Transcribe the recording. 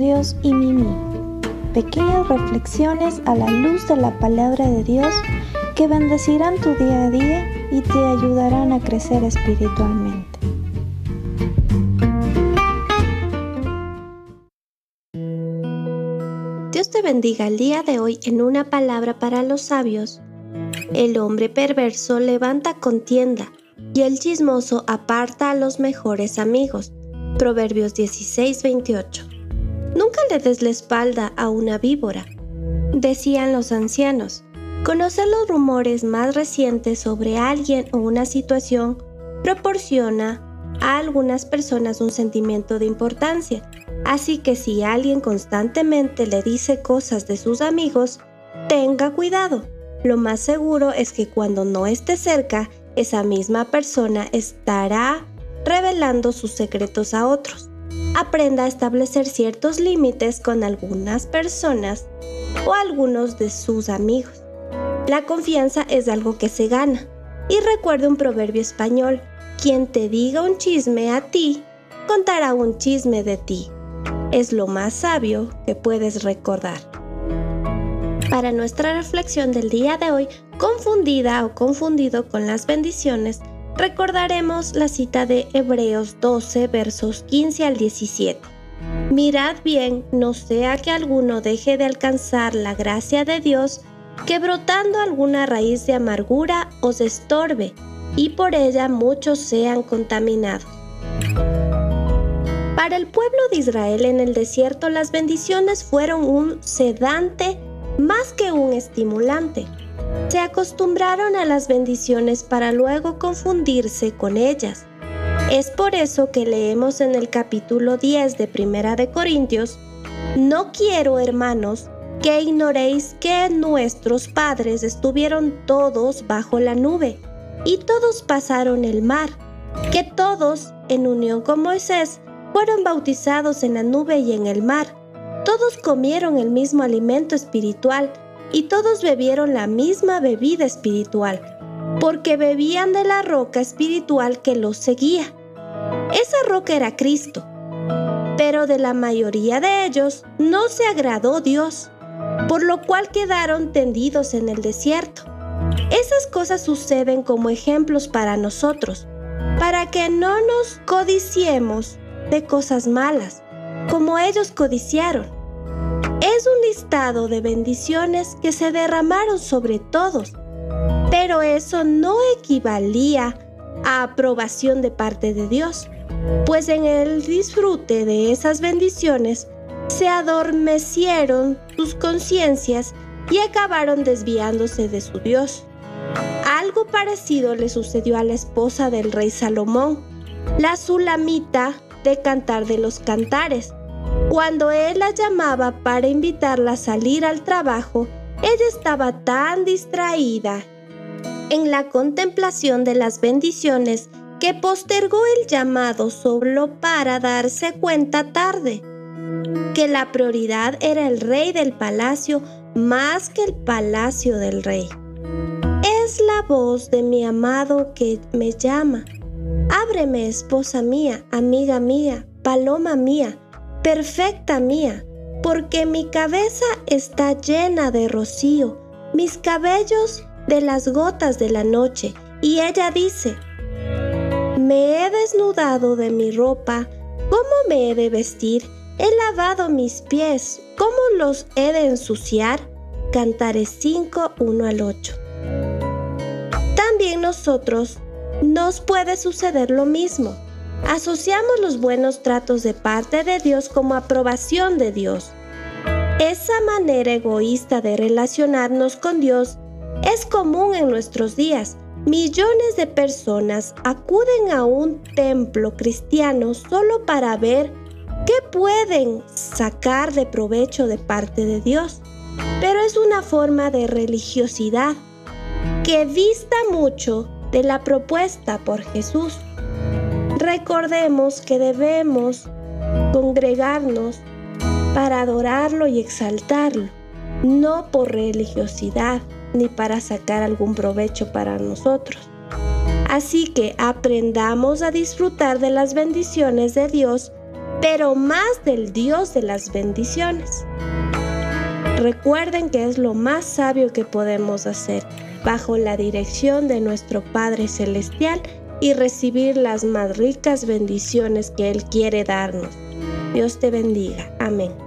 Dios y Mimi. Pequeñas reflexiones a la luz de la palabra de Dios que bendecirán tu día a día y te ayudarán a crecer espiritualmente. Dios te bendiga el día de hoy en una palabra para los sabios. El hombre perverso levanta contienda y el chismoso aparta a los mejores amigos. Proverbios 16:28. Nunca le des la espalda a una víbora, decían los ancianos. Conocer los rumores más recientes sobre alguien o una situación proporciona a algunas personas un sentimiento de importancia. Así que si alguien constantemente le dice cosas de sus amigos, tenga cuidado. Lo más seguro es que cuando no esté cerca, esa misma persona estará revelando sus secretos a otros. Aprenda a establecer ciertos límites con algunas personas o algunos de sus amigos. La confianza es algo que se gana. Y recuerde un proverbio español: quien te diga un chisme a ti, contará un chisme de ti. Es lo más sabio que puedes recordar. Para nuestra reflexión del día de hoy, confundida o confundido con las bendiciones, recordaremos la cita de Hebreos 12, versos 15 al 17. Mirad bien, no sea que alguno deje de alcanzar la gracia de Dios, que brotando alguna raíz de amargura os estorbe, y por ella muchos sean contaminados. Para el pueblo de Israel en el desierto, las bendiciones fueron un sedante más que un estimulante. Se acostumbraron a las bendiciones para luego confundirse con ellas. Es por eso que leemos en el capítulo 10 de Primera de Corintios: no quiero, hermanos, que ignoréis que nuestros padres estuvieron todos bajo la nube, y todos pasaron el mar, que todos, en unión con Moisés, fueron bautizados en la nube y en el mar. Todos comieron el mismo alimento espiritual y todos bebieron la misma bebida espiritual, porque bebían de la roca espiritual que los seguía. Esa roca era Cristo. Pero de la mayoría de ellos no se agradó Dios, por lo cual quedaron tendidos en el desierto. Esas cosas suceden como ejemplos para nosotros, para que no nos codiciemos de cosas malas, como ellos codiciaron. Es un listado de bendiciones que se derramaron sobre todos, pero eso no equivalía a aprobación de parte de Dios, pues en el disfrute de esas bendiciones se adormecieron sus conciencias y acabaron desviándose de su Dios. Algo parecido le sucedió a la esposa del rey Salomón, la Sulamita de Cantar de los Cantares. Cuando él la llamaba para invitarla a salir al trabajo, ella estaba tan distraída en la contemplación de las bendiciones que postergó el llamado solo para darse cuenta tarde que la prioridad era el rey del palacio más que el palacio del rey. Es la voz de mi amado que me llama. Ábreme, esposa mía, amiga mía, paloma mía, perfecta mía, porque mi cabeza está llena de rocío, mis cabellos de las gotas de la noche. Y ella dice: me he desnudado de mi ropa, ¿cómo me he de vestir? He lavado mis pies, ¿cómo los he de ensuciar? Cantares 5, 1 al 8. También nosotros nos puede suceder lo mismo. Asociamos los buenos tratos de parte de Dios como aprobación de Dios. Esa manera egoísta de relacionarnos con Dios es común en nuestros días. Millones de personas acuden a un templo cristiano solo para ver qué pueden sacar de provecho de parte de Dios. Pero es una forma de religiosidad que dista mucho de la propuesta por Jesús. Recordemos que debemos congregarnos para adorarlo y exaltarlo, no por religiosidad ni para sacar algún provecho para nosotros. Así que aprendamos a disfrutar de las bendiciones de Dios pero más del Dios de las bendiciones. Recuerden que es lo más sabio que podemos hacer, bajo la dirección de nuestro Padre Celestial, y recibir las más ricas bendiciones que Él quiere darnos. Dios te bendiga. Amén.